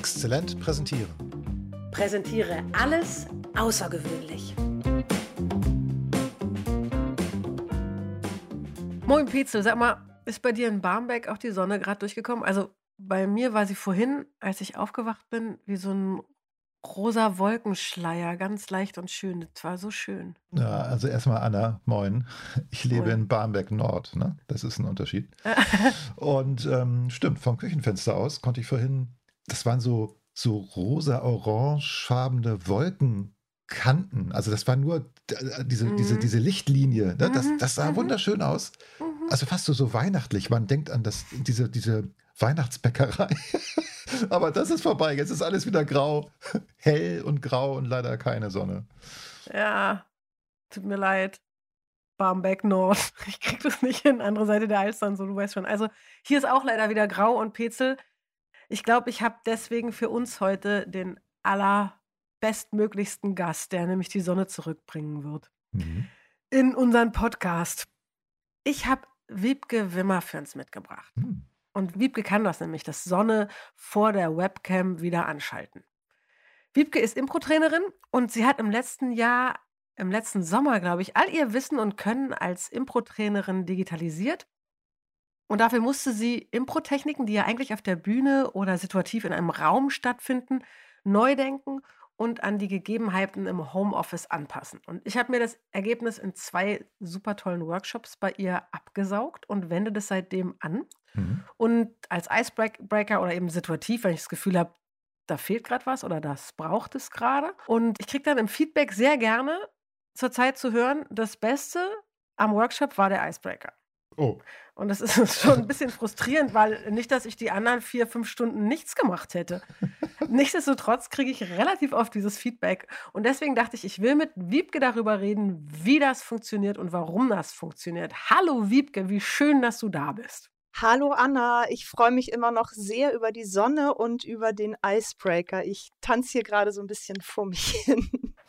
Exzellent präsentieren. Präsentiere alles außergewöhnlich. Moin Petzel, sag mal, ist bei dir in Barmbek auch die Sonne gerade durchgekommen? Also bei mir war sie vorhin, als ich aufgewacht bin, wie so ein rosa Wolkenschleier, ganz leicht und schön. Das war so schön. Ja, also erstmal Anna, moin. Ich lebe Moin. in Barmbek Nord, ne? Das ist ein Unterschied. Und stimmt, vom Küchenfenster aus konnte ich vorhin, das waren so rosa-orangefarbene Wolkenkanten. Also das war nur diese Lichtlinie. Ne? Das sah wunderschön aus. Mhm. Also fast so weihnachtlich. Man denkt an diese Weihnachtsbäckerei. Aber das ist vorbei. Jetzt ist alles wieder grau. Hell und grau und leider keine Sonne. Ja, tut mir leid. Barmbek Nord. Ich krieg das nicht hin. Andere Seite der Alster und so, du weißt schon. Also hier ist auch leider wieder grau und Petzel. Ich glaube, ich habe deswegen für uns heute den allerbestmöglichsten Gast, der nämlich die Sonne zurückbringen wird. Mhm. In unseren Podcast. Ich habe Wiebke Wimmer für uns mitgebracht. Hm. Und Wiebke kann das nämlich, das Sonne vor der Webcam wieder anschalten. Wiebke ist Impro-Trainerin und sie hat im letzten Sommer, glaube ich, all ihr Wissen und Können als Impro-Trainerin digitalisiert. Und dafür musste sie Impro-Techniken, die ja eigentlich auf der Bühne oder situativ in einem Raum stattfinden, neu denken und an die Gegebenheiten im Homeoffice anpassen. Und ich habe mir das Ergebnis in 2 super tollen Workshops bei ihr abgesaugt und wende das seitdem an. Mhm. Und als Icebreaker oder eben situativ, wenn ich das Gefühl habe, da fehlt gerade was oder das braucht es gerade. Und ich kriege dann im Feedback sehr gerne zurzeit zu hören, das Beste am Workshop war der Icebreaker. Oh, Und das ist schon ein bisschen frustrierend, weil nicht, dass ich die anderen 4, 5 Stunden nichts gemacht hätte. Nichtsdestotrotz kriege ich relativ oft dieses Feedback. Und deswegen dachte ich, ich will mit Wiebke darüber reden, wie das funktioniert und warum das funktioniert. Hallo Wiebke, wie schön, dass du da bist. Hallo Anna, ich freue mich immer noch sehr über die Sonne und über den Icebreaker. Ich tanze hier gerade so ein bisschen vor mich hin.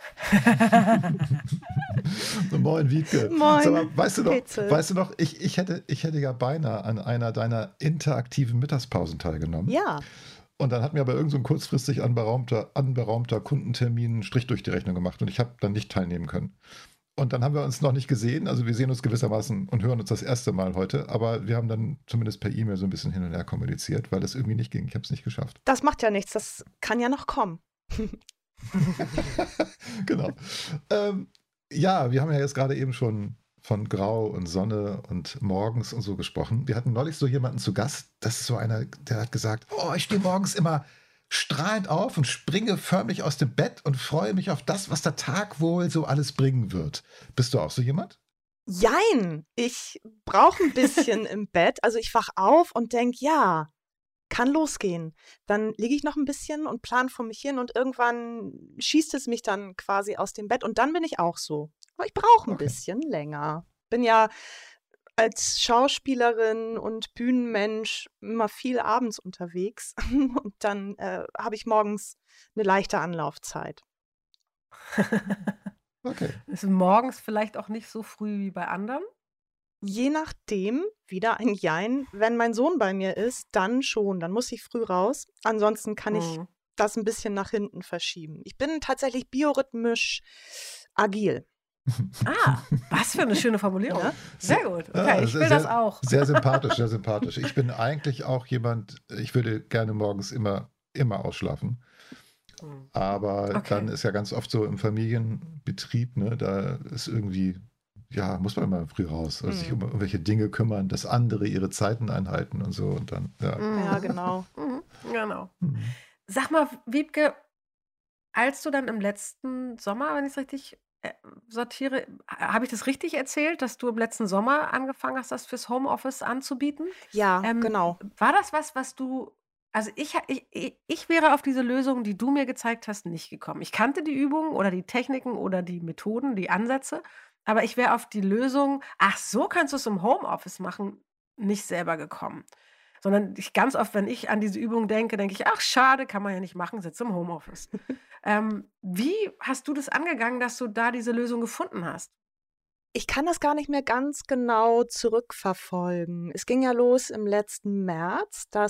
so, moin Wiebke. Moin, Sag mal, Petzel. weißt du noch, ich hätte ja beinahe an einer deiner interaktiven Mittagspausen teilgenommen. Ja, Und dann hat mir aber irgend so ein kurzfristig anberaumter Kundentermin einen Strich durch die Rechnung gemacht und ich habe dann nicht teilnehmen können. Und dann haben wir uns noch nicht gesehen, also wir sehen uns gewissermaßen und hören uns das erste Mal heute, aber wir haben dann zumindest per E-Mail so ein bisschen hin und her kommuniziert, weil das irgendwie nicht ging. Ich habe es nicht geschafft. das macht ja nichts, das kann ja noch kommen. Genau. Ja, wir haben ja jetzt gerade eben schon von Grau und Sonne und morgens und so gesprochen. Wir hatten neulich so jemanden zu Gast, das ist so einer, der hat gesagt, oh, ich stehe morgens immer strahlend auf und springe förmlich aus dem Bett und freue mich auf das, was der Tag wohl so alles bringen wird. Bist du auch so jemand? Jein, ich brauche ein bisschen im Bett. Also ich wach auf und denke, ja, kann losgehen. Dann liege ich noch ein bisschen und plan vor mich hin und irgendwann schießt es mich dann quasi aus dem Bett und dann bin ich auch so. Aber ich brauche ein Okay. bisschen länger. Bin ja als Schauspielerin und Bühnenmensch immer viel abends unterwegs und dann habe ich morgens eine leichte Anlaufzeit. Okay. Ist morgens vielleicht auch nicht so früh wie bei anderen? Je nachdem, wieder ein Jein, wenn mein Sohn bei mir ist, dann schon, dann muss ich früh raus. Ansonsten kann ich Mhm. das ein bisschen nach hinten verschieben. Ich bin tatsächlich biorhythmisch agil. Ah, was für eine schöne Formulierung. Ja? Sehr gut. Okay, Ja, ich will das auch. Sehr sympathisch, sehr sympathisch. Ich bin eigentlich auch jemand, ich würde gerne morgens immer ausschlafen. Mhm. Aber Okay. dann ist ja ganz oft so im Familienbetrieb, ne, da ist irgendwie, ja, muss man immer früh raus, also sich um irgendwelche Dinge kümmern, dass andere ihre Zeiten einhalten und so und dann, ja. Ja, genau. Genau. Mhm. Sag mal, Wiebke, als du dann im letzten Sommer, wenn ich es richtig sortiere, habe ich das richtig erzählt, dass du im letzten Sommer angefangen hast, das fürs Homeoffice anzubieten? Ja, genau. War das was du, also ich wäre auf diese Lösung, die du mir gezeigt hast, nicht gekommen. Ich kannte die Übungen oder die Techniken oder die Methoden, die Ansätze, aber ich wäre auf die Lösung, ach so kannst du es im Homeoffice machen, nicht selber gekommen. Sondern ganz oft, wenn ich an diese Übung denke ich, ach schade, kann man ja nicht machen, sitze im Homeoffice. Wie hast du das angegangen, dass du da diese Lösung gefunden hast? Ich kann das gar nicht mehr ganz genau zurückverfolgen. Es ging ja los im letzten März, dass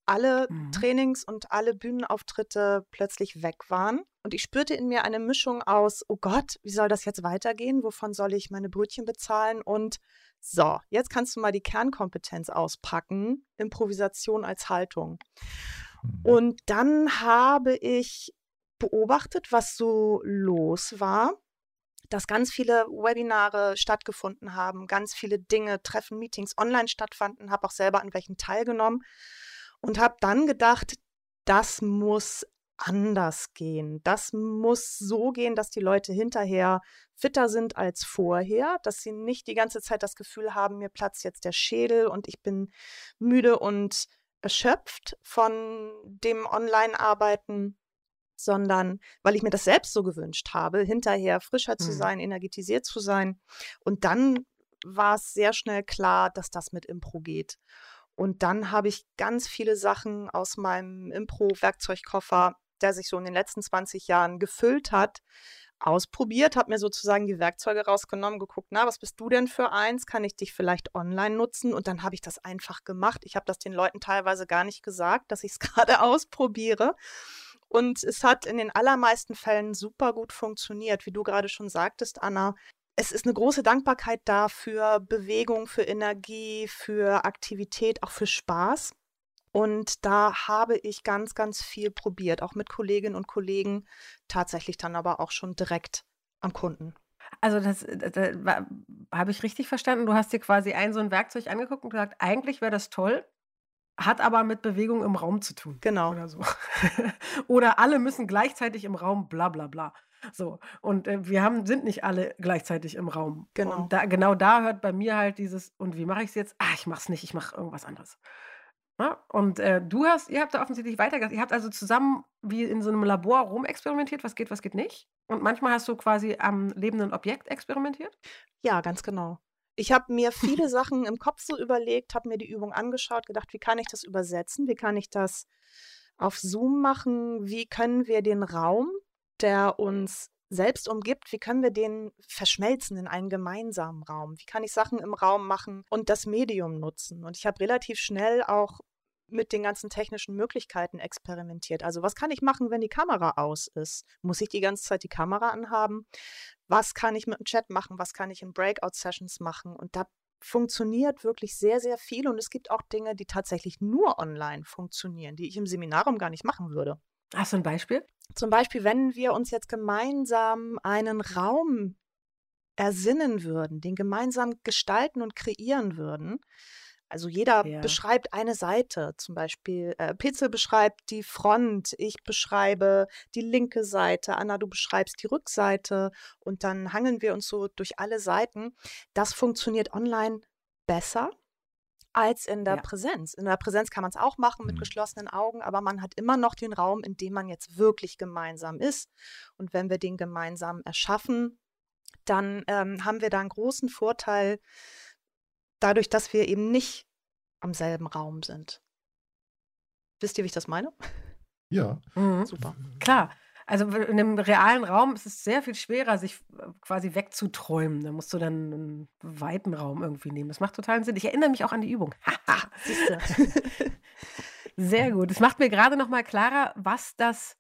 alle Mhm. Trainings und alle Bühnenauftritte plötzlich weg waren. Und ich spürte in mir eine Mischung aus, oh Gott, wie soll das jetzt weitergehen? Wovon soll ich meine Brötchen bezahlen? Und so, jetzt kannst du mal die Kernkompetenz auspacken, Improvisation als Haltung. Mhm. Und dann habe ich beobachtet, was so los war, dass ganz viele Webinare stattgefunden haben, ganz viele Dinge, Treffen, Meetings online stattfanden, habe auch selber an welchen teilgenommen und habe dann gedacht, das muss anders gehen. Das muss so gehen, dass die Leute hinterher fitter sind als vorher, dass sie nicht die ganze Zeit das Gefühl haben, mir platzt jetzt der Schädel und ich bin müde und erschöpft von dem Online-Arbeiten, sondern weil ich mir das selbst so gewünscht habe, hinterher frischer zu Mhm. sein, energetisiert zu sein. Und dann war es sehr schnell klar, dass das mit Impro geht. Und dann habe ich ganz viele Sachen aus meinem Impro-Werkzeugkoffer, der sich so in den letzten 20 Jahren gefüllt hat, ausprobiert, habe mir sozusagen die Werkzeuge rausgenommen, geguckt, na, was bist du denn für eins? Kann ich dich vielleicht online nutzen? Und dann habe ich das einfach gemacht. Ich habe das den Leuten teilweise gar nicht gesagt, dass ich es gerade ausprobiere. Und es hat in den allermeisten Fällen super gut funktioniert, wie du gerade schon sagtest, Anna. Es ist eine große Dankbarkeit da für Bewegung, für Energie, für Aktivität, auch für Spaß. Und da habe ich ganz, ganz viel probiert, auch mit Kolleginnen und Kollegen, tatsächlich dann aber auch schon direkt am Kunden. Also habe ich richtig verstanden? Du hast dir quasi so ein Werkzeug angeguckt und gesagt, eigentlich wäre das toll, hat aber mit Bewegung im Raum zu tun Genau. oder so. Oder alle müssen gleichzeitig im Raum bla bla bla. So, und sind nicht alle gleichzeitig im Raum. Genau. Und genau da hört bei mir halt dieses, und wie mache ich es jetzt? Ich mache es nicht, ich mache irgendwas anderes. Ja, und ihr habt da offensichtlich weitergedacht. Ihr habt also zusammen wie in so einem Labor rumexperimentiert, was geht nicht. Und manchmal hast du quasi am lebenden Objekt experimentiert? Ja, ganz genau. Ich habe mir viele Sachen im Kopf so überlegt, habe mir die Übung angeschaut, gedacht, wie kann ich das übersetzen? Wie kann ich das auf Zoom machen? Wie können wir den Raum, der uns selbst umgibt, wie können wir den verschmelzen in einen gemeinsamen Raum? Wie kann ich Sachen im Raum machen und das Medium nutzen? Und ich habe relativ schnell auch mit den ganzen technischen Möglichkeiten experimentiert. Also was kann ich machen, wenn die Kamera aus ist? Muss ich die ganze Zeit die Kamera anhaben? Was kann ich mit dem Chat machen? Was kann ich in Breakout-Sessions machen? Und da funktioniert wirklich sehr, sehr viel. Und es gibt auch Dinge, die tatsächlich nur online funktionieren, die ich im Seminarraum gar nicht machen würde. Hast du ein Beispiel? Zum Beispiel, wenn wir uns jetzt gemeinsam einen Raum ersinnen würden, den gemeinsam gestalten und kreieren würden. Also jeder Ja. beschreibt eine Seite, zum Beispiel Pitzel beschreibt die Front, ich beschreibe die linke Seite, Anna, du beschreibst die Rückseite und dann hangeln wir uns so durch alle Seiten. Das funktioniert online besser als in der Ja. Präsenz. In der Präsenz kann man es auch machen mit Mhm. geschlossenen Augen, aber man hat immer noch den Raum, in dem man jetzt wirklich gemeinsam ist. Und wenn wir den gemeinsam erschaffen, dann haben wir da einen großen Vorteil, dadurch, dass wir eben nicht am selben Raum sind. Wisst ihr, wie ich das meine? Ja. Mhm. Super. Klar. Also in einem realen Raum ist es sehr viel schwerer, sich quasi wegzuträumen. Da musst du dann einen weiten Raum irgendwie nehmen. Das macht totalen Sinn. Ich erinnere mich auch an die Übung. Haha. Siehst du? Sehr gut. Es macht mir gerade noch mal klarer, was das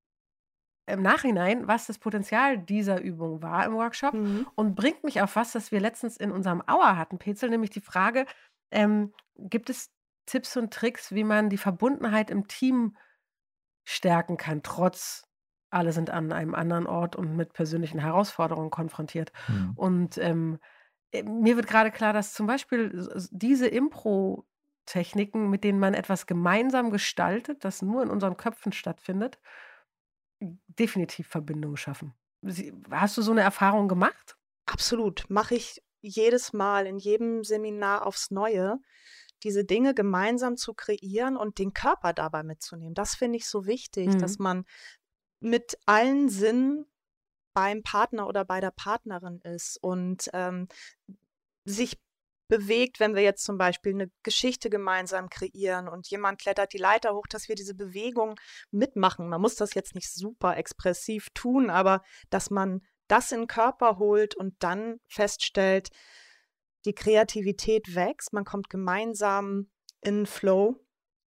Potenzial dieser Übung war im Workshop Mhm. und bringt mich auf was, das wir letztens in unserem Hour hatten, Petzel, nämlich die Frage, gibt es Tipps und Tricks, wie man die Verbundenheit im Team stärken kann, trotz alle sind an einem anderen Ort und mit persönlichen Herausforderungen konfrontiert. Mhm. Und mir wird gerade klar, dass zum Beispiel diese Impro-Techniken, mit denen man etwas gemeinsam gestaltet, das nur in unseren Köpfen stattfindet, definitiv Verbindungen schaffen. Hast du so eine Erfahrung gemacht? Absolut. Mache ich jedes Mal in jedem Seminar aufs Neue, diese Dinge gemeinsam zu kreieren und den Körper dabei mitzunehmen. Das finde ich so wichtig, dass man mit allen Sinnen beim Partner oder bei der Partnerin ist und sich bewegt, wenn wir jetzt zum Beispiel eine Geschichte gemeinsam kreieren und jemand klettert die Leiter hoch, dass wir diese Bewegung mitmachen. Man muss das jetzt nicht super expressiv tun, aber dass man das in den Körper holt und dann feststellt, die Kreativität wächst, man kommt gemeinsam in Flow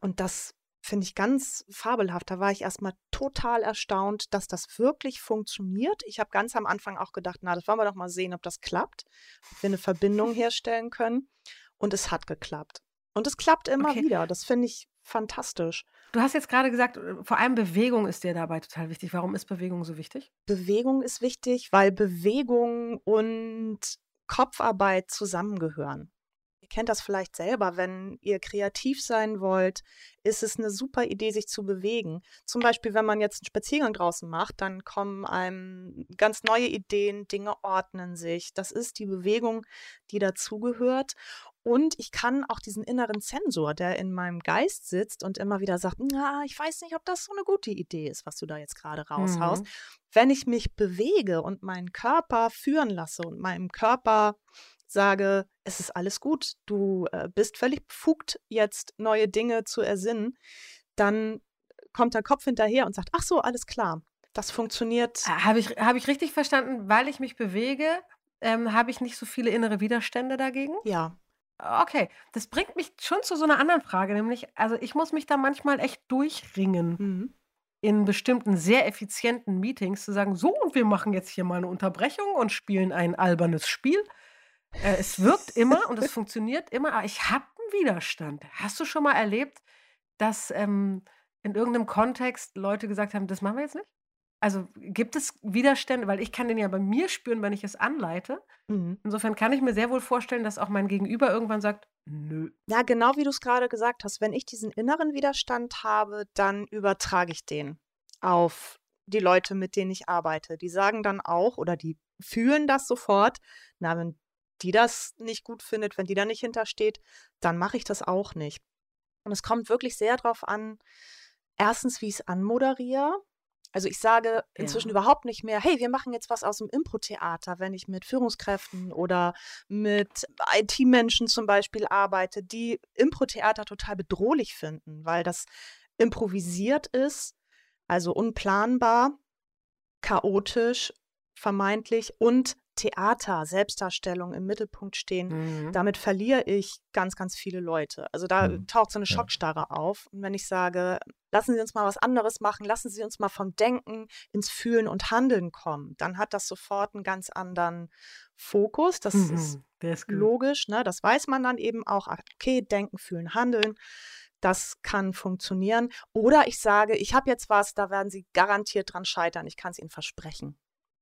Und das finde ich ganz fabelhaft. Da war ich erstmal total erstaunt, dass das wirklich funktioniert. Ich habe ganz am Anfang auch gedacht, na, das wollen wir doch mal sehen, ob das klappt, ob wir eine Verbindung herstellen können. Und es hat geklappt. Und es klappt immer Okay. wieder. Das finde ich fantastisch. Du hast jetzt gerade gesagt, vor allem Bewegung ist dir dabei total wichtig. Warum ist Bewegung so wichtig? Bewegung ist wichtig, weil Bewegung und Kopfarbeit zusammengehören. Ihr kennt das vielleicht selber, wenn ihr kreativ sein wollt, ist es eine super Idee, sich zu bewegen. Zum Beispiel, wenn man jetzt einen Spaziergang draußen macht, dann kommen einem ganz neue Ideen, Dinge ordnen sich. Das ist die Bewegung, die dazugehört. Und ich kann auch diesen inneren Zensor, der in meinem Geist sitzt und immer wieder sagt, na, ich weiß nicht, ob das so eine gute Idee ist, was du da jetzt gerade raushaust. Wenn ich mich bewege und meinen Körper führen lasse und meinem Körper sage, es ist alles gut, du bist völlig befugt, jetzt neue Dinge zu ersinnen, dann kommt der Kopf hinterher und sagt, ach so, alles klar, das funktioniert. Habe ich richtig verstanden? Weil ich mich bewege, habe ich nicht so viele innere Widerstände dagegen? Ja, Okay, das bringt mich schon zu so einer anderen Frage, nämlich, also ich muss mich da manchmal echt durchringen, mhm. in bestimmten sehr effizienten Meetings zu sagen, so, und wir machen jetzt hier mal eine Unterbrechung und spielen ein albernes Spiel. Es wirkt immer und es funktioniert immer, aber ich habe einen Widerstand. Hast du schon mal erlebt, dass in irgendeinem Kontext Leute gesagt haben, das machen wir jetzt nicht? Also gibt es Widerstände, weil ich kann den ja bei mir spüren, wenn ich es anleite. Mhm. Insofern kann ich mir sehr wohl vorstellen, dass auch mein Gegenüber irgendwann sagt, nö. Ja, genau wie du es gerade gesagt hast, wenn ich diesen inneren Widerstand habe, dann übertrage ich den auf die Leute, mit denen ich arbeite. Die sagen dann auch oder die fühlen das sofort. Na, wenn die das nicht gut findet, wenn die da nicht hintersteht, dann mache ich das auch nicht. Und es kommt wirklich sehr darauf an, erstens, wie ich es anmoderiere. Also ich sage inzwischen Ja. überhaupt nicht mehr, hey, wir machen jetzt was aus dem Impro-Theater, wenn ich mit Führungskräften oder mit IT-Menschen zum Beispiel arbeite, die Impro-Theater total bedrohlich finden, weil das improvisiert ist, also unplanbar, chaotisch, vermeintlich und Theater, Selbstdarstellung im Mittelpunkt stehen. Mhm. Damit verliere ich ganz, ganz viele Leute. Also da taucht so eine Ja. Schockstarre auf. Und wenn ich sage, lassen Sie uns mal was anderes machen, lassen Sie uns mal vom Denken ins Fühlen und Handeln kommen, dann hat das sofort einen ganz anderen Fokus. Das ist Der ist gut. logisch, ne? Das weiß man dann eben auch. Okay, Denken, Fühlen, Handeln. Das kann funktionieren. Oder ich sage, ich habe jetzt was, da werden Sie garantiert dran scheitern. Ich kann es Ihnen versprechen.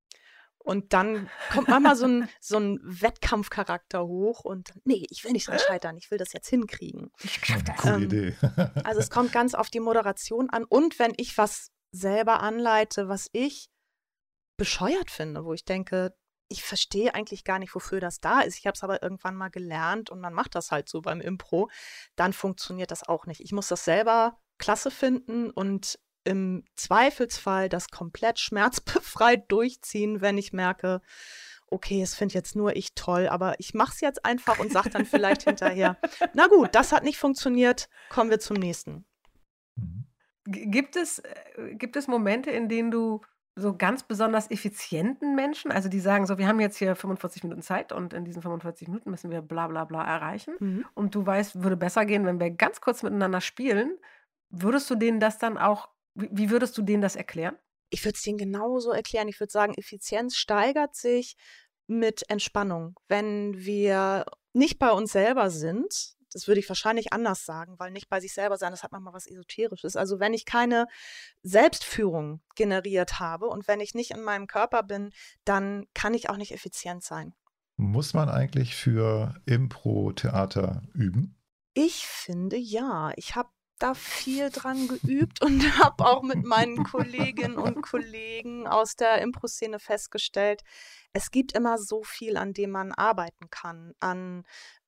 Und dann kommt manchmal so ein Wettkampfcharakter hoch und nee, ich will nicht dran scheitern, ich will das jetzt hinkriegen. Ich schaff das. Coole Idee. Also es kommt ganz auf die Moderation an und wenn ich was selber anleite, was ich bescheuert finde, wo ich denke, ich verstehe eigentlich gar nicht, wofür das da ist. Ich habe es aber irgendwann mal gelernt und man macht das halt so beim Impro, dann funktioniert das auch nicht. Ich muss das selber klasse finden und im Zweifelsfall das komplett schmerzbefreit durchziehen, wenn ich merke, okay, es finde jetzt nur ich toll, aber ich mache es jetzt einfach und sage dann vielleicht hinterher, na gut, das hat nicht funktioniert, kommen wir zum nächsten. Mhm. Gibt es Momente, in denen du so ganz besonders effizienten Menschen, also die sagen so, wir haben jetzt hier 45 Minuten Zeit und in diesen 45 Minuten müssen wir bla bla bla erreichen Mhm. und du weißt, würde besser gehen, wenn wir ganz kurz miteinander spielen, würdest du denen das dann auch, wie würdest du denen das erklären? Ich würde es denen genauso erklären. Ich würde sagen, Effizienz steigert sich mit Entspannung. Wenn wir nicht bei uns selber sind, das würde ich wahrscheinlich anders sagen, weil nicht bei sich selber sein, das hat manchmal was Esoterisches. Also wenn ich keine Selbstführung generiert habe und wenn ich nicht in meinem Körper bin, dann kann ich auch nicht effizient sein. Muss man eigentlich für Impro-Theater üben? Ich finde ja. Ich habe da viel dran geübt und habe auch mit meinen Kolleginnen und Kollegen aus der Impro-Szene festgestellt, es gibt immer so viel, an dem man arbeiten kann, an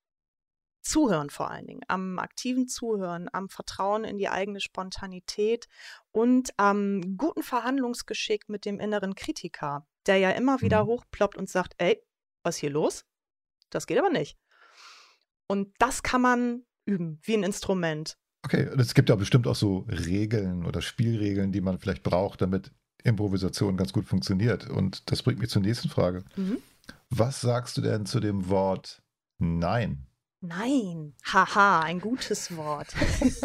Zuhören vor allen Dingen, am aktiven Zuhören, am Vertrauen in die eigene Spontanität und am guten Verhandlungsgeschick mit dem inneren Kritiker, der ja immer wieder hochploppt und sagt, ey, was ist hier los? Das geht aber nicht. Und das kann man üben, wie ein Instrument. Okay, und es gibt ja bestimmt auch so Regeln oder Spielregeln, die man vielleicht braucht, damit Improvisation ganz gut funktioniert. Und das bringt mich zur nächsten Frage. Mhm. Was sagst du denn zu dem Wort Nein? Nein, haha, ein gutes Wort.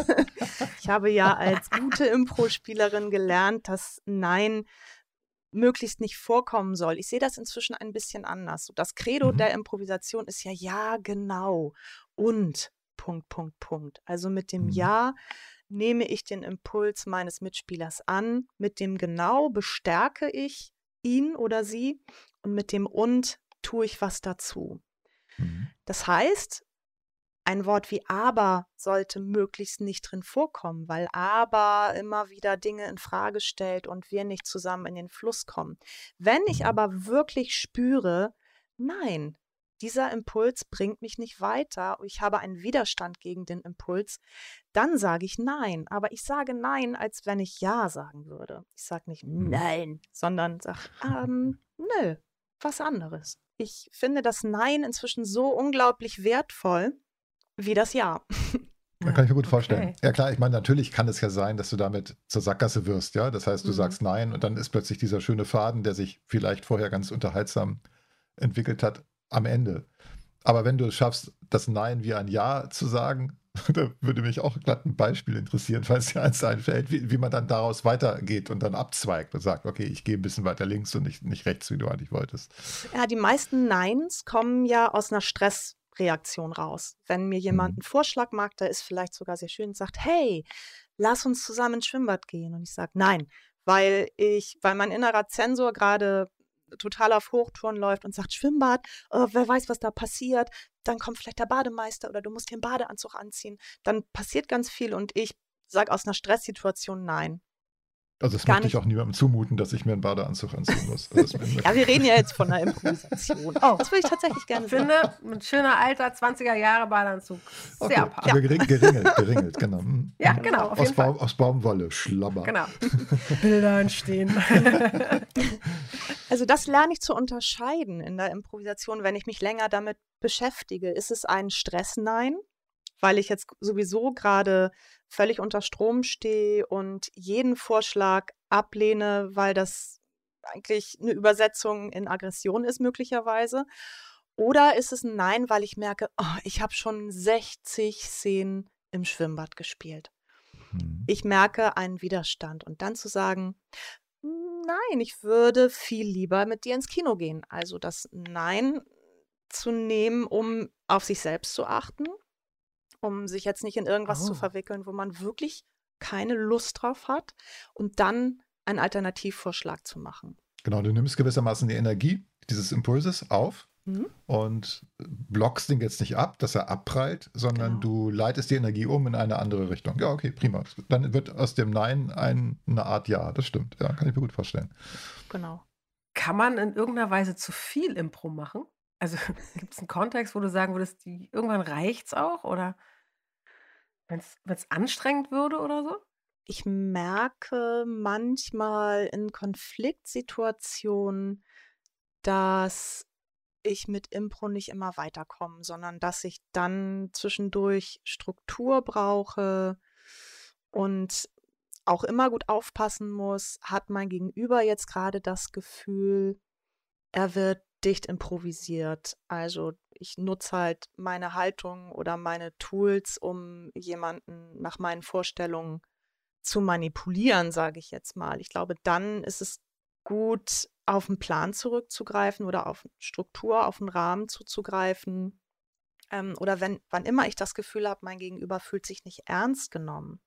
Ich habe ja als gute Impro-Spielerin gelernt, dass Nein möglichst nicht vorkommen soll. Ich sehe das inzwischen ein bisschen anders. So, das Credo der Improvisation ist ja, ja, genau. Und, Punkt, Punkt, Punkt. Also mit dem Ja nehme ich den Impuls meines Mitspielers an. Mit dem Genau bestärke ich ihn oder sie. Und mit dem Und tue ich was dazu. Das heißt, ein Wort wie aber sollte möglichst nicht drin vorkommen, weil aber immer wieder Dinge in Frage stellt und wir nicht zusammen in den Fluss kommen. Wenn ich aber wirklich spüre, nein, dieser Impuls bringt mich nicht weiter, ich habe einen Widerstand gegen den Impuls, dann sage ich nein. Aber ich sage nein, als wenn ich ja sagen würde. Ich sage nicht nein, sondern sage, nö, was anderes. Ich finde das Nein inzwischen so unglaublich wertvoll, wie das Ja. Da kann ich mir gut vorstellen. Ja klar, ich meine, natürlich kann es ja sein, dass du damit zur Sackgasse wirst, ja. Das heißt, du sagst Nein und dann ist plötzlich dieser schöne Faden, der sich vielleicht vorher ganz unterhaltsam entwickelt hat, am Ende. Aber wenn du es schaffst, das Nein wie ein Ja zu sagen, da würde mich auch glatt ein Beispiel interessieren, falls dir eins einfällt, wie man dann daraus weitergeht und dann abzweigt und sagt, okay, ich gehe ein bisschen weiter links und nicht rechts, wie du eigentlich wolltest. Ja, die meisten Neins kommen ja aus einer Stressreaktion raus. Wenn mir jemand einen Vorschlag macht, der ist vielleicht sogar sehr schön und sagt, hey, lass uns zusammen ins Schwimmbad gehen. Und ich sage, nein, weil mein innerer Zensor gerade total auf Hochtouren läuft und sagt, Schwimmbad, wer weiß, was da passiert, dann kommt vielleicht der Bademeister oder du musst dir einen Badeanzug anziehen. Dann passiert ganz viel und ich sage aus einer Stresssituation nein. Also es möchte ich auch niemandem zumuten, dass ich mir einen Badeanzug anziehen muss. Ja, wir reden ja jetzt von einer Improvisation. Das würde ich tatsächlich gerne Ich finde, ein schöner alter 20er Jahre Badeanzug. Sehr okay. Aber geringelt, genau. Ja, genau, auf jeden Fall. Aus Baumwolle, Schlabber. Genau. Bilder entstehen. Also das lerne ich zu unterscheiden in der Improvisation, wenn ich mich länger damit beschäftige. Ist es ein Stress-Nein, weil ich jetzt sowieso gerade völlig unter Strom stehe und jeden Vorschlag ablehne, weil das eigentlich eine Übersetzung in Aggression ist möglicherweise? Oder ist es ein Nein, weil ich merke, ich habe schon 60 Szenen im Schwimmbad gespielt. Ich merke einen Widerstand und dann zu sagen, nein, ich würde viel lieber mit dir ins Kino gehen. Also das Nein zu nehmen, um auf sich selbst zu achten, um sich jetzt nicht in irgendwas zu verwickeln, wo man wirklich keine Lust drauf hat und dann einen Alternativvorschlag zu machen. Genau, du nimmst gewissermaßen die Energie dieses Impulses auf und blockst den jetzt nicht ab, dass er abprallt, sondern du leitest die Energie um in eine andere Richtung. Ja, okay, prima. Dann wird aus dem Nein eine Art Ja, das stimmt. Ja, kann ich mir gut vorstellen. Genau. Kann man in irgendeiner Weise zu viel Impro machen? Also gibt es einen Kontext, wo du sagen würdest, irgendwann reicht's auch? Oder wenn es anstrengend würde oder so? Ich merke manchmal in Konfliktsituationen, dass ich mit Impro nicht immer weiterkomme, sondern dass ich dann zwischendurch Struktur brauche und auch immer gut aufpassen muss, hat mein Gegenüber jetzt gerade das Gefühl, er wird dicht improvisiert. Also ich nutze halt meine Haltung oder meine Tools, um jemanden nach meinen Vorstellungen zu manipulieren, sage ich jetzt mal. Ich glaube, dann ist es gut, auf einen Plan zurückzugreifen oder auf Struktur, auf einen Rahmen zuzugreifen. Oder wann immer ich das Gefühl habe, mein Gegenüber fühlt sich nicht ernst genommen,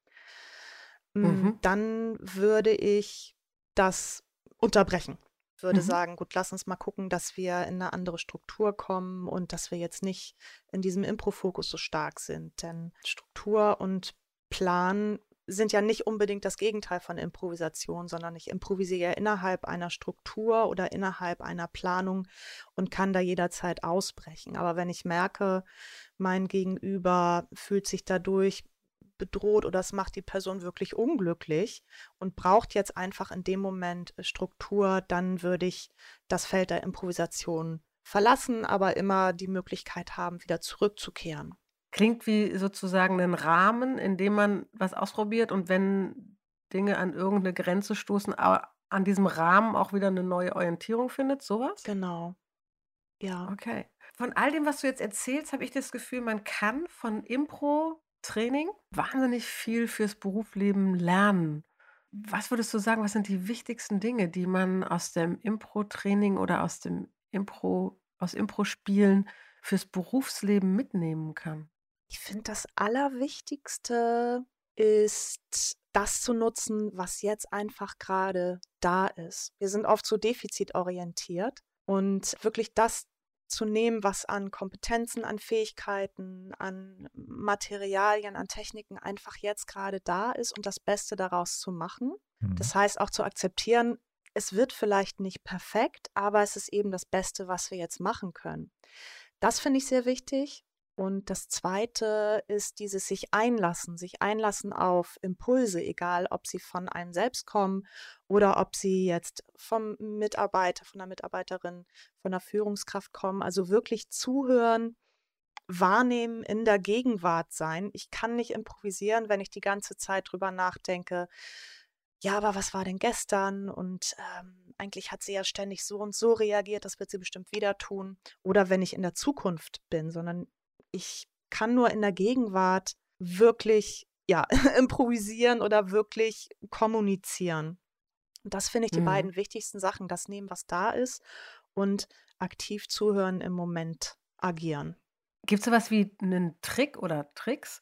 dann würde ich das unterbrechen. Würde sagen, gut, lass uns mal gucken, dass wir in eine andere Struktur kommen und dass wir jetzt nicht in diesem Impro-Fokus so stark sind. Denn Struktur und Plan sind ja nicht unbedingt das Gegenteil von Improvisation, sondern ich improvisiere innerhalb einer Struktur oder innerhalb einer Planung und kann da jederzeit ausbrechen. Aber wenn ich merke, mein Gegenüber fühlt sich dadurch bedroht oder es macht die Person wirklich unglücklich und braucht jetzt einfach in dem Moment Struktur, dann würde ich das Feld der Improvisation verlassen, aber immer die Möglichkeit haben, wieder zurückzukehren. Klingt wie sozusagen ein Rahmen, in dem man was ausprobiert und wenn Dinge an irgendeine Grenze stoßen, an diesem Rahmen auch wieder eine neue Orientierung findet, sowas? Genau. Ja. Okay. Von all dem, was du jetzt erzählst, habe ich das Gefühl, man kann von Impro-Training wahnsinnig viel fürs Berufsleben lernen. Was würdest du sagen, was sind die wichtigsten Dinge, die man aus dem Impro-Training oder aus Impro-Spielen fürs Berufsleben mitnehmen kann? Ich finde, das Allerwichtigste ist, das zu nutzen, was jetzt einfach gerade da ist. Wir sind oft so defizitorientiert und wirklich das zu nehmen, was an Kompetenzen, an Fähigkeiten, an Materialien, an Techniken einfach jetzt gerade da ist und das Beste daraus zu machen. Das heißt auch zu akzeptieren, es wird vielleicht nicht perfekt, aber es ist eben das Beste, was wir jetzt machen können. Das finde ich sehr wichtig. Und das Zweite ist dieses sich einlassen auf Impulse, egal ob sie von einem selbst kommen oder ob sie jetzt vom Mitarbeiter, von der Mitarbeiterin, von der Führungskraft kommen. Also wirklich zuhören, wahrnehmen, in der Gegenwart sein. Ich kann nicht improvisieren, wenn ich die ganze Zeit drüber nachdenke, ja, aber was war denn gestern? Und eigentlich hat sie ja ständig so und so reagiert, das wird sie bestimmt wieder tun. Oder wenn ich in der Zukunft bin, sondern ich kann nur in der Gegenwart wirklich, ja, improvisieren oder wirklich kommunizieren. Und das finde ich die beiden wichtigsten Sachen, das nehmen, was da ist und aktiv zuhören, im Moment agieren. Gibt es sowas wie einen Trick oder Tricks,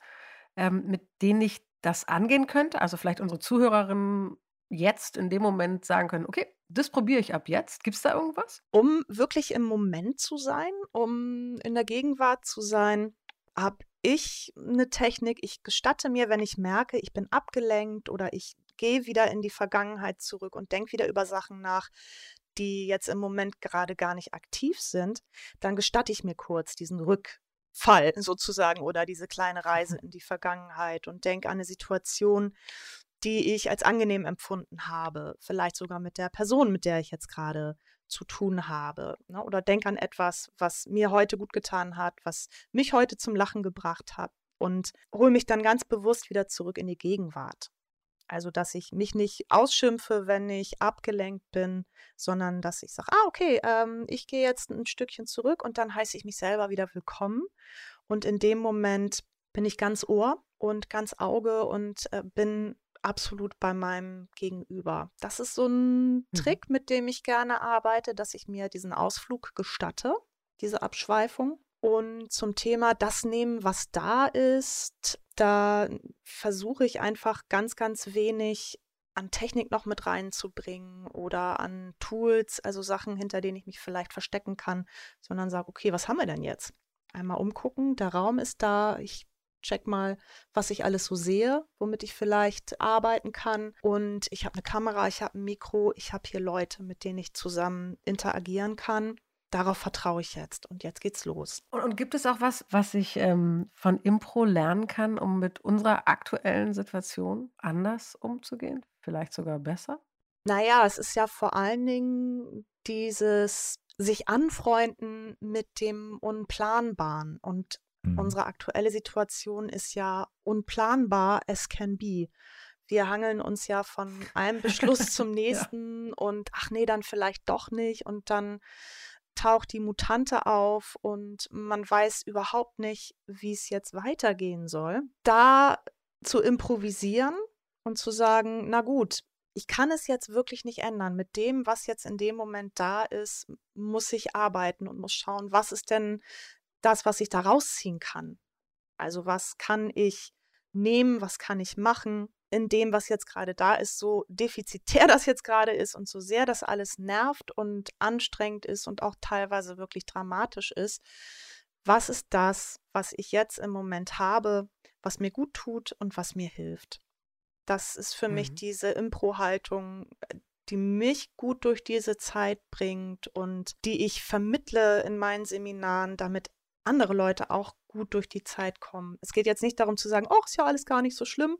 mit denen ich das angehen könnte? Also vielleicht unsere Zuhörerinnen jetzt in dem Moment sagen können, okay, das probiere ich ab jetzt. Gibt es da irgendwas? Um wirklich im Moment zu sein, um in der Gegenwart zu sein, habe ich eine Technik. Ich gestatte mir, wenn ich merke, ich bin abgelenkt oder ich gehe wieder in die Vergangenheit zurück und denke wieder über Sachen nach, die jetzt im Moment gerade gar nicht aktiv sind, dann gestatte ich mir kurz diesen Rückfall sozusagen oder diese kleine Reise in die Vergangenheit und denke an eine Situation, die ich als angenehm empfunden habe, vielleicht sogar mit der Person, mit der ich jetzt gerade zu tun habe, ne? Oder denke an etwas, was mir heute gut getan hat, was mich heute zum Lachen gebracht hat und hole mich dann ganz bewusst wieder zurück in die Gegenwart. Also, dass ich mich nicht ausschimpfe, wenn ich abgelenkt bin, sondern dass ich sage, okay, ich gehe jetzt ein Stückchen zurück und dann heiße ich mich selber wieder willkommen. Und in dem Moment bin ich ganz Ohr und ganz Auge und bin absolut bei meinem Gegenüber. Das ist so ein Trick, mit dem ich gerne arbeite, dass ich mir diesen Ausflug gestatte, diese Abschweifung. Und zum Thema das nehmen, was da ist, da versuche ich einfach ganz, ganz wenig an Technik noch mit reinzubringen oder an Tools, also Sachen, hinter denen ich mich vielleicht verstecken kann, sondern sage, okay, was haben wir denn jetzt? Einmal umgucken, der Raum ist da, ich check mal, was ich alles so sehe, womit ich vielleicht arbeiten kann. Und ich habe eine Kamera, ich habe ein Mikro, ich habe hier Leute, mit denen ich zusammen interagieren kann. Darauf vertraue ich jetzt. Und jetzt geht's los. Und gibt es auch was ich von Impro lernen kann, um mit unserer aktuellen Situation anders umzugehen? Vielleicht sogar besser? Naja, es ist ja vor allen Dingen dieses sich anfreunden mit dem Unplanbaren. Und unsere aktuelle Situation ist ja unplanbar as can be. Wir hangeln uns ja von einem Beschluss zum nächsten und ach nee, dann vielleicht doch nicht. Und dann taucht die Mutante auf und man weiß überhaupt nicht, wie es jetzt weitergehen soll. Da zu improvisieren und zu sagen, na gut, ich kann es jetzt wirklich nicht ändern. Mit dem, was jetzt in dem Moment da ist, muss ich arbeiten und muss schauen, was ist denn das, was ich da rausziehen kann. Also was kann ich nehmen, was kann ich machen in dem, was jetzt gerade da ist, so defizitär das jetzt gerade ist und so sehr das alles nervt und anstrengend ist und auch teilweise wirklich dramatisch ist. Was ist das, was ich jetzt im Moment habe, was mir gut tut und was mir hilft? Das ist für mich diese Impro-Haltung, die mich gut durch diese Zeit bringt und die ich vermittle in meinen Seminaren, damit andere Leute auch gut durch die Zeit kommen. Es geht jetzt nicht darum zu sagen, ist ja alles gar nicht so schlimm,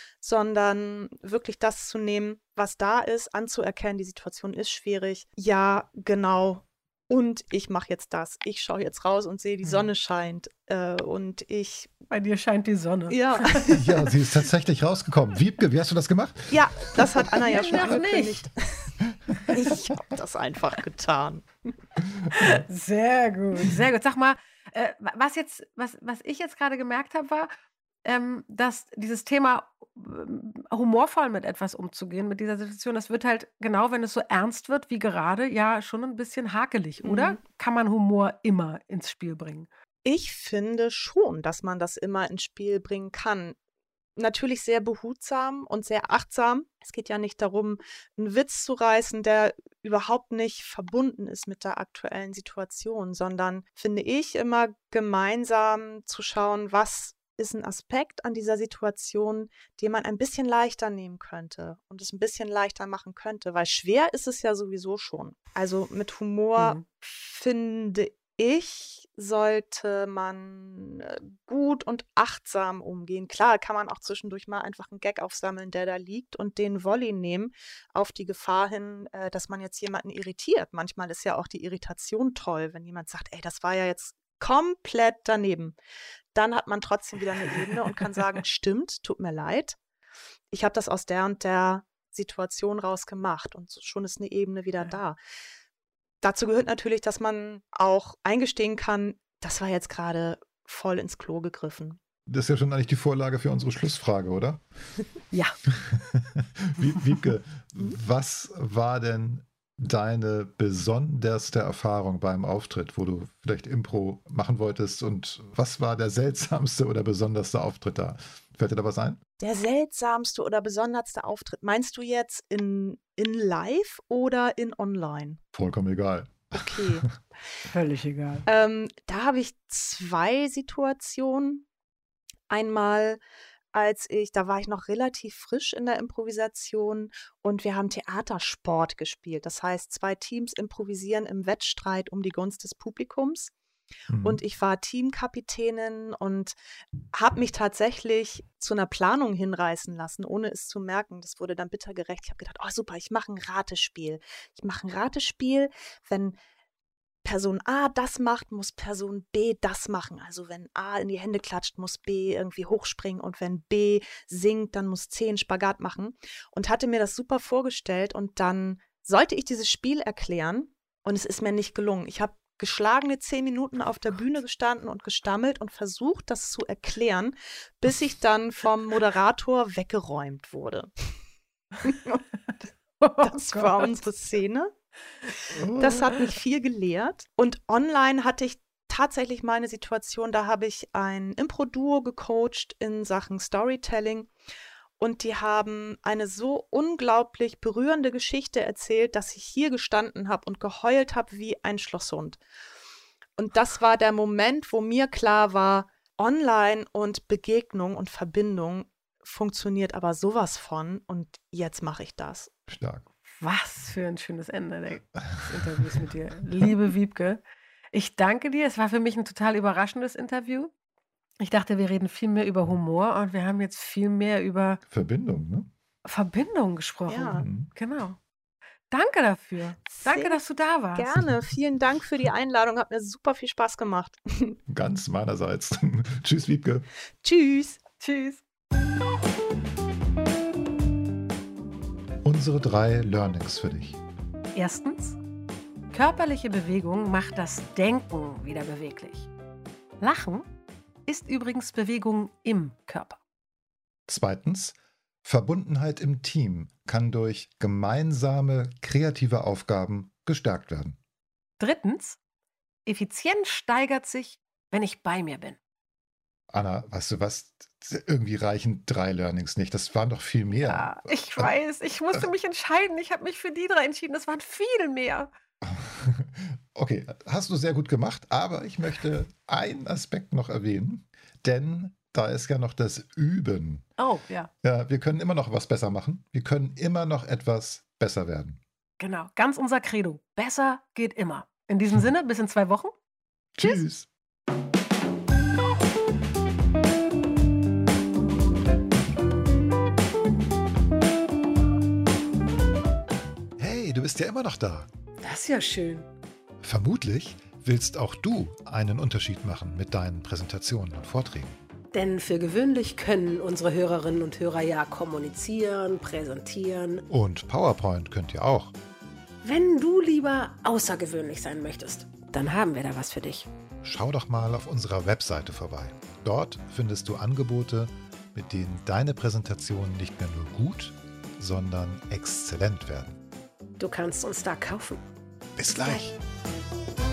sondern wirklich das zu nehmen, was da ist, anzuerkennen, die Situation ist schwierig. Ja, genau. Und ich mache jetzt das. Ich schaue jetzt raus und sehe, die Sonne scheint. Und ich. Bei dir scheint die Sonne. Ja. Ja, sie ist tatsächlich rausgekommen. Wiebke, wie hast du das gemacht? Ja, das hat Anna ja schon noch angekündigt. nicht. Ich habe das einfach getan. Sehr gut, sehr gut. Sag mal, was ich jetzt gerade gemerkt habe, war, dass dieses Thema humorvoll mit etwas umzugehen, mit dieser Situation, das wird halt genau, wenn es so ernst wird wie gerade, ja schon ein bisschen hakelig, oder? Kann man Humor immer ins Spiel bringen? Ich finde schon, dass man das immer ins Spiel bringen kann. Natürlich sehr behutsam und sehr achtsam. Es geht ja nicht darum, einen Witz zu reißen, der überhaupt nicht verbunden ist mit der aktuellen Situation, sondern, finde ich, immer gemeinsam zu schauen, was ist ein Aspekt an dieser Situation, den man ein bisschen leichter nehmen könnte und es ein bisschen leichter machen könnte, weil schwer ist es ja sowieso schon. Also mit Humor, finde ich, sollte man gut und achtsam umgehen. Klar, kann man auch zwischendurch mal einfach einen Gag aufsammeln, der da liegt und den Volley nehmen, auf die Gefahr hin, dass man jetzt jemanden irritiert. Manchmal ist ja auch die Irritation toll, wenn jemand sagt, ey, das war ja jetzt komplett daneben. Dann hat man trotzdem wieder eine Ebene und kann sagen, stimmt, tut mir leid. Ich habe das aus der und der Situation raus gemacht und schon ist eine Ebene wieder da. Dazu gehört natürlich, dass man auch eingestehen kann, das war jetzt gerade voll ins Klo gegriffen. Das ist ja schon eigentlich die Vorlage für unsere Schlussfrage, oder? Ja. Wiebke, was war denn deine besonderste Erfahrung beim Auftritt, wo du vielleicht Impro machen wolltest, und was war der seltsamste oder besonderste Auftritt da? Fällt dir da was ein? Der seltsamste oder besonderste Auftritt, meinst du jetzt in live oder in online? Vollkommen egal. Okay. Völlig egal. Da habe ich 2 Situationen. Einmal, da war ich noch relativ frisch in der Improvisation und wir haben Theatersport gespielt. Das heißt, 2 Teams improvisieren im Wettstreit um die Gunst des Publikums. Und ich war Teamkapitänin und habe mich tatsächlich zu einer Planung hinreißen lassen, ohne es zu merken. Das wurde dann bitter gerecht. Ich habe gedacht, oh super, ich mache ein Ratespiel. Wenn Person A das macht, muss Person B das machen. Also wenn A in die Hände klatscht, muss B irgendwie hochspringen und wenn B singt, dann muss C einen Spagat machen. Und hatte mir das super vorgestellt und dann sollte ich dieses Spiel erklären und es ist mir nicht gelungen. Ich habe geschlagene 10 Minuten auf der Bühne gestanden und gestammelt und versucht, das zu erklären, bis ich dann vom Moderator weggeräumt wurde. Das war unsere Szene. Das hat mich viel gelehrt. Und online hatte ich tatsächlich mal eine Situation, da habe ich ein Impro-Duo gecoacht in Sachen Storytelling. Und die haben eine so unglaublich berührende Geschichte erzählt, dass ich hier gestanden habe und geheult habe wie ein Schlosshund. Und das war der Moment, wo mir klar war, Online und Begegnung und Verbindung funktioniert aber sowas von und jetzt mache ich das. Stark. Was für ein schönes Ende des Interviews mit dir. Liebe Wiebke, ich danke dir. Es war für mich ein total überraschendes Interview. Ich dachte, wir reden viel mehr über Humor und wir haben jetzt viel mehr über Verbindung gesprochen. Ja. Genau. Danke dafür. Danke, dass du da warst. Gerne. Vielen Dank für die Einladung. Hat mir super viel Spaß gemacht. Ganz meinerseits. Tschüss, Wiebke. Tschüss. Tschüss. Unsere 3 Learnings für dich. Erstens, körperliche Bewegung macht das Denken wieder beweglich. Lachen ist übrigens Bewegung im Körper. Zweitens, Verbundenheit im Team kann durch gemeinsame kreative Aufgaben gestärkt werden. Drittens, Effizienz steigert sich, wenn ich bei mir bin. Anna, weißt du was? Irgendwie reichen 3 Learnings nicht. Das waren doch viel mehr. Ja, ich weiß. Ich musste mich entscheiden. Ich habe mich für die 3 entschieden. Das waren viel mehr. Okay, hast du sehr gut gemacht, aber ich möchte einen Aspekt noch erwähnen, denn da ist ja noch das Üben. Oh, ja. Ja, wir können immer noch was besser machen. Wir können immer noch etwas besser werden. Genau, ganz unser Credo. Besser geht immer. In diesem Sinne, bis in 2 Wochen. Tschüss. Hey, du bist ja immer noch da. Das ist ja schön. Vermutlich willst auch du einen Unterschied machen mit deinen Präsentationen und Vorträgen. Denn für gewöhnlich können unsere Hörerinnen und Hörer ja kommunizieren, präsentieren. Und PowerPoint könnt ihr auch. Wenn du lieber außergewöhnlich sein möchtest, dann haben wir da was für dich. Schau doch mal auf unserer Webseite vorbei. Dort findest du Angebote, mit denen deine Präsentationen nicht mehr nur gut, sondern exzellent werden. Du kannst uns da kaufen. Bis gleich.